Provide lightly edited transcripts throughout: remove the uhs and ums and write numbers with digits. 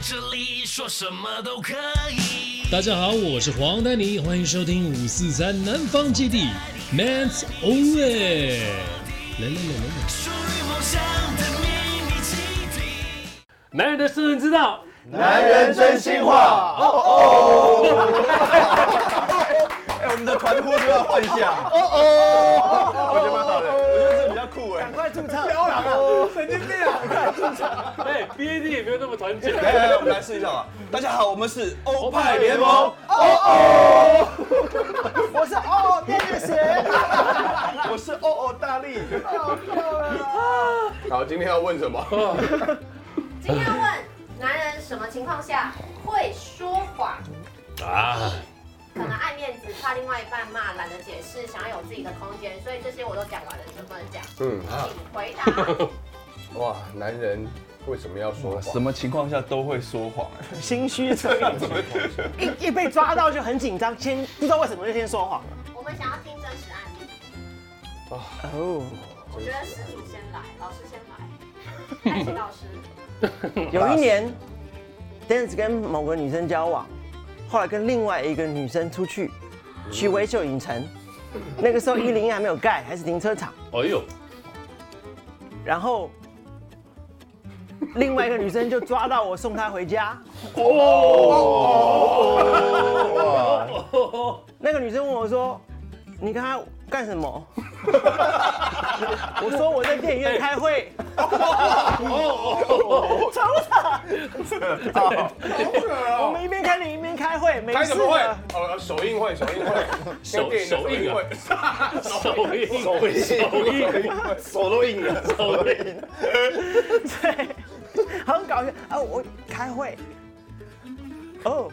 这里说什么都可以。 大家好，我是黄丹妮，欢迎收听543南方基地 Men's Only。来， 属于梦想的秘密基地。 男人的生存之道， 男人真心话。我们的团呼都要换一下。我觉得蛮好的，我觉得这比较酷哎。 赶快注册！ 漂亮啊！神经病啊！赶快注册。 BAD 也没有那么团结。 来，我们来试一下吧。大家好，我们是欧派联盟。 我是电力鞋， 我是大力。 好漂亮啊！ 好，今天要问什么？ 今天要问男人什么情况下会说谎？ 啊， 可能爱面子，怕另外一半骂，懒得解释，想要有自己的空间，所以这些我都讲完了，你能不能讲？请回答。 哇，男人为什么要说谎？ 什么情况下都会说谎？ 心虚所以一被抓到就很紧张，先不知道为什么就先说谎了。 我们想要听真实案例。 哦， 我觉得施主先来，老师先来，爱情老师。 有一年 ，Dance 跟某个女生交往，后来跟另外一个女生出去维秀影城，那个时候101还没有盖，还是停车场。 哎呦， 然后另外一个女生就抓到我送她回家。那个女生问我说：“你跟她干什么？”我说：“我在电影院开会。”超惨！我们一边开电影一边开会，没事开什么会的。？ 首映会。 手印都硬了。 对，很搞笑啊！我开会。哦，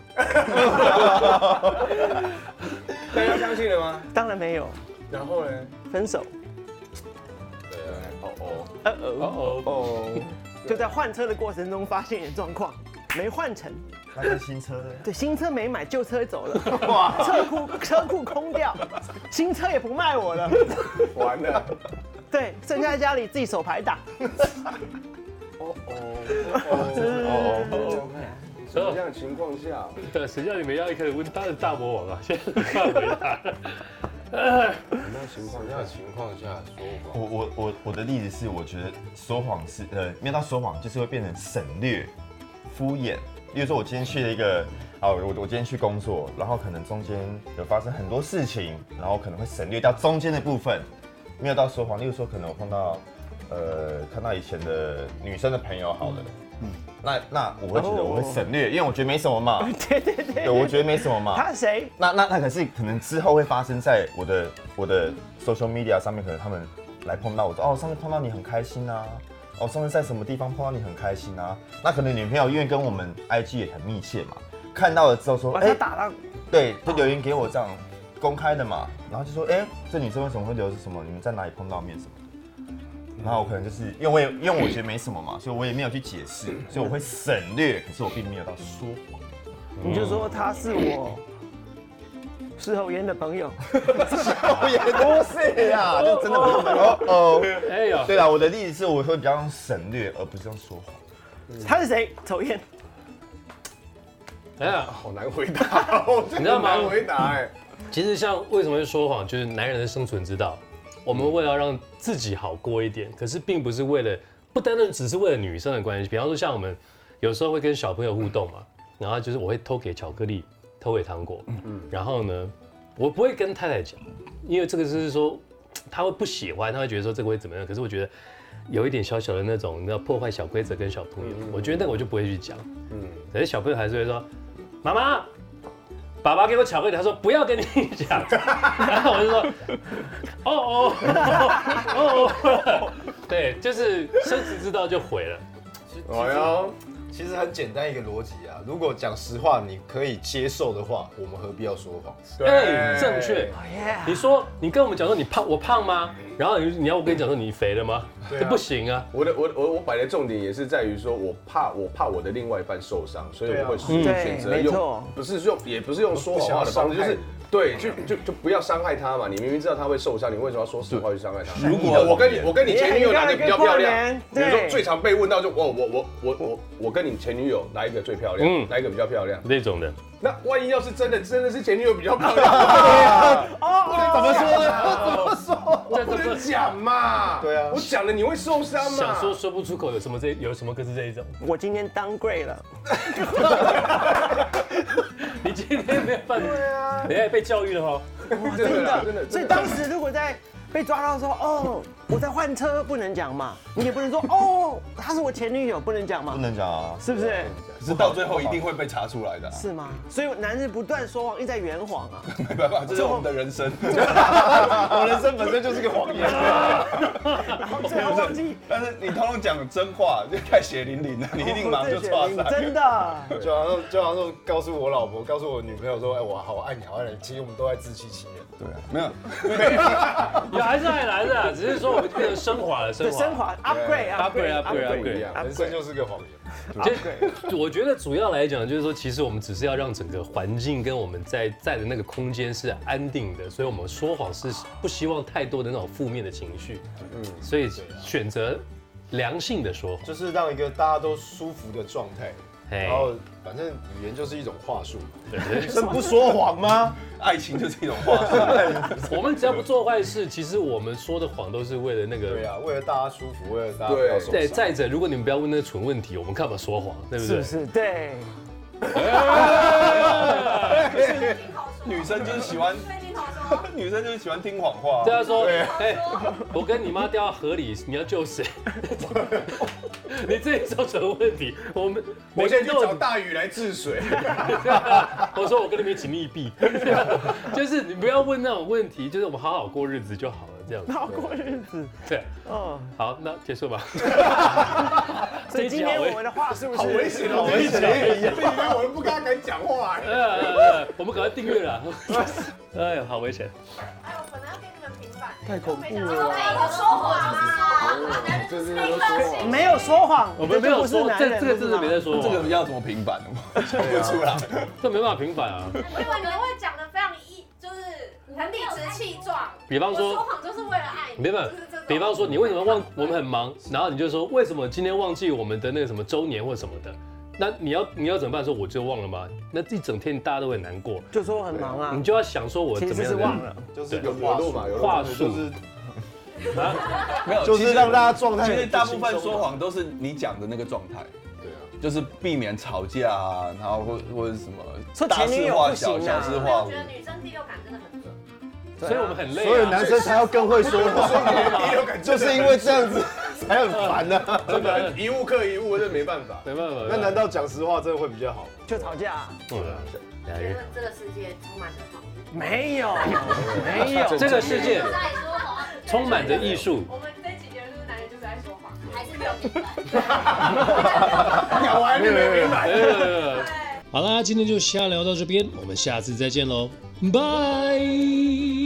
大家相信了吗？ 当然没有， 然后呢？ 分手。就在换车的过程中发现点状况，没换成。 那是新车的。 对，新车没买，旧车走了。哇，车库空掉，新车也不卖我了。 完了。 对，剩下在家里自己手排打。 什么样的情况下？ 对，谁叫你们要一开始问他是大魔王啊？现在快回答。 什么样情况下说谎？ 我的例子是，我觉得说谎是没有到说谎，就是会变成省略、敷衍。例如说，我今天去了一个我今天去工作，然后可能中间有发生很多事情，然后可能会省略掉中间的部分，没有到说谎。例如说，可能我碰到看到以前的女生的朋友好了。那我会觉得我会省略，因为我觉得没什么嘛。对，我觉得没什么嘛。 他谁？ 那可能之后会发生在我的 social media 上面，可能他们来碰到我说上次碰到你很开心啊，上次在什么地方碰到你很开心啊。那可能女朋友因为跟我们 IG 也很密切嘛，看到了之后说， 把他打到， 对，就留言给我这样公开的嘛，然后就说，这女生为什么会留是什么？你们在哪里碰到面什么？然后我可能就是因为我觉得没什么嘛，所以我也没有去解释，所以我会省略，可是我并没有到说谎。 你就说他是我事后烟的朋友。 我也不是呀，就真的不是。 哎呦， 对啦，我的例子是我会比较用省略，而不是用说谎。 他是谁？抽烟。 哎呀， 好难回答， 你知道吗？ 难回答其实像为什么会说谎，就是男人的生存之道。我们为了让自己好过一点，可是并不是为了，不单单只是为了女生的关系。比方说，像我们有时候会跟小朋友互动嘛，然后就是我会偷给巧克力，偷给糖果，然后呢，我不会跟太太讲，因为这个是说他会不喜欢，他会觉得说这个会怎么样。可是我觉得有一点小小的那种，你知道破坏小规则跟小朋友，我觉得那个我就不会去讲。可是小朋友还是会说，妈妈。爸爸给我巧克力，他说不要跟你讲，然后我就说，对，就是生死之道就毁了。 其实很简单一个逻辑啊，如果讲实话你可以接受的话，我们何必要说谎？ 正确。你说你跟我们讲说你胖，我胖吗？然后你要我跟你讲说你肥了吗？这不行啊！ 我摆的重点也是在于说，我怕我的另外一半受伤，所以我会选择用，也不是用说谎话的方式，就是对，就不要伤害他嘛。你明明知道他会受伤，你为什么要说实话去伤害他？如果我跟你前女友哪个比较漂亮？比如说最常被问到就我跟你前女友哪一个最漂亮，哪一个比较漂亮那种的。 那万一要是真的是前女友比较漂亮， 怎么说呢？ 我不能讲嘛。 对啊， 我讲了你会受伤嘛。 想说不出口，有什么歌是这一种？ 我今天downgrade了。 你今天没有办法，你也被教育了哈。 哇，真的。所以当时如果在被抓到说哦我在换车，不能讲嘛，你也不能说哦她是我前女友，不能讲嘛， 不能讲啊， 是不是？ 可是到最后一定会被查出来的。 是吗？所以男人不断说谎，一直在圆谎啊。 没办法，这是我们的人生。 我人生本身就是个谎言。 然后最后忘记。 但是你通通讲真话，就太血淋淋了，你一定马上就抓上。 真的。 就好像说告诉我老婆，告诉我女朋友说，哎，我好爱你，好爱你。其实我们都在自欺欺人。 对啊，没有， 也还是爱来的，只是说我们变成升华了， 升华 upgrade， 人生就是个谎言。 我觉得主要来讲就是说，其实我们只是要让整个环境跟我们在的那个空间是安定的，所以我们说谎是不希望太多的那种负面的情绪，所以选择良性的说谎， 就是让一个大家都舒服的状态。然后反正语言就是一种话术，女生不说谎吗？ 爱情就是一种话术。 我们只要不做坏事，其实我们说的谎都是为了那个。 对啊，为了大家舒服，为了大家不要受伤。 对，再者，如果你们不要问那个蠢问题，我们干嘛说谎？对不对？ 是不是？对。 女生就是喜欢，女生就是喜欢听谎话。 对啊，说，哎，我跟你妈掉到河里，你要救谁？你自己造成问题， 我现在去找大禹来治水。 我说我跟你们一起密闭，就是你不要问那种问题，就是我们好好过日子就好了，这样子。 好过日子。 对，哦，好，那结束吧。 所以今天我们的话是不是好危险？好危险！这应该我们不跟他敢讲话。 我们赶快订阅了。哎呦，好危险！ 哎，我本来要给你们平反， 太恐怖了。 我说谎啊！ 没有说谎， 我们没有说，这个真的没在说谎。 这个要怎么平反呢？说不出来， 这没办法平反啊。 因为你会讲的非常就是很理直气壮。 比方说， 说谎就是为了爱你。 没办法。比方说，你为什么忘？我们很忙，然后你就说为什么今天忘记我们的那个什么周年或什么的？那你要怎么办？说我就忘了吗？那一整天大家都会难过。 就说我很忙啊。 你就要想说我怎么样？ 其实是忘了， 就是有话术。 啊，没有， 就是让大家状态。 其实大部分说谎都是你讲的那个状态， 对啊， 就是避免吵架啊，然后或者是什么说大事化小， 小事化无。 我觉得女生第六感真的很准。 所以我们很累， 所以男生才要更会说谎，就是因为这样子才很烦呢。 真的，一物克一物，这没办法， 没办法。 那难道讲实话真的会比较好？ 就吵架。 我觉得这个世界充满着谎言。 没有，没有， 这个世界在说谎， 充满着艺术。 我们这几节是不是男人就是在说谎？还是没有明白？ 讲完就没明白。 好啦，今天就瞎聊到这边，我们下次再见喽，拜。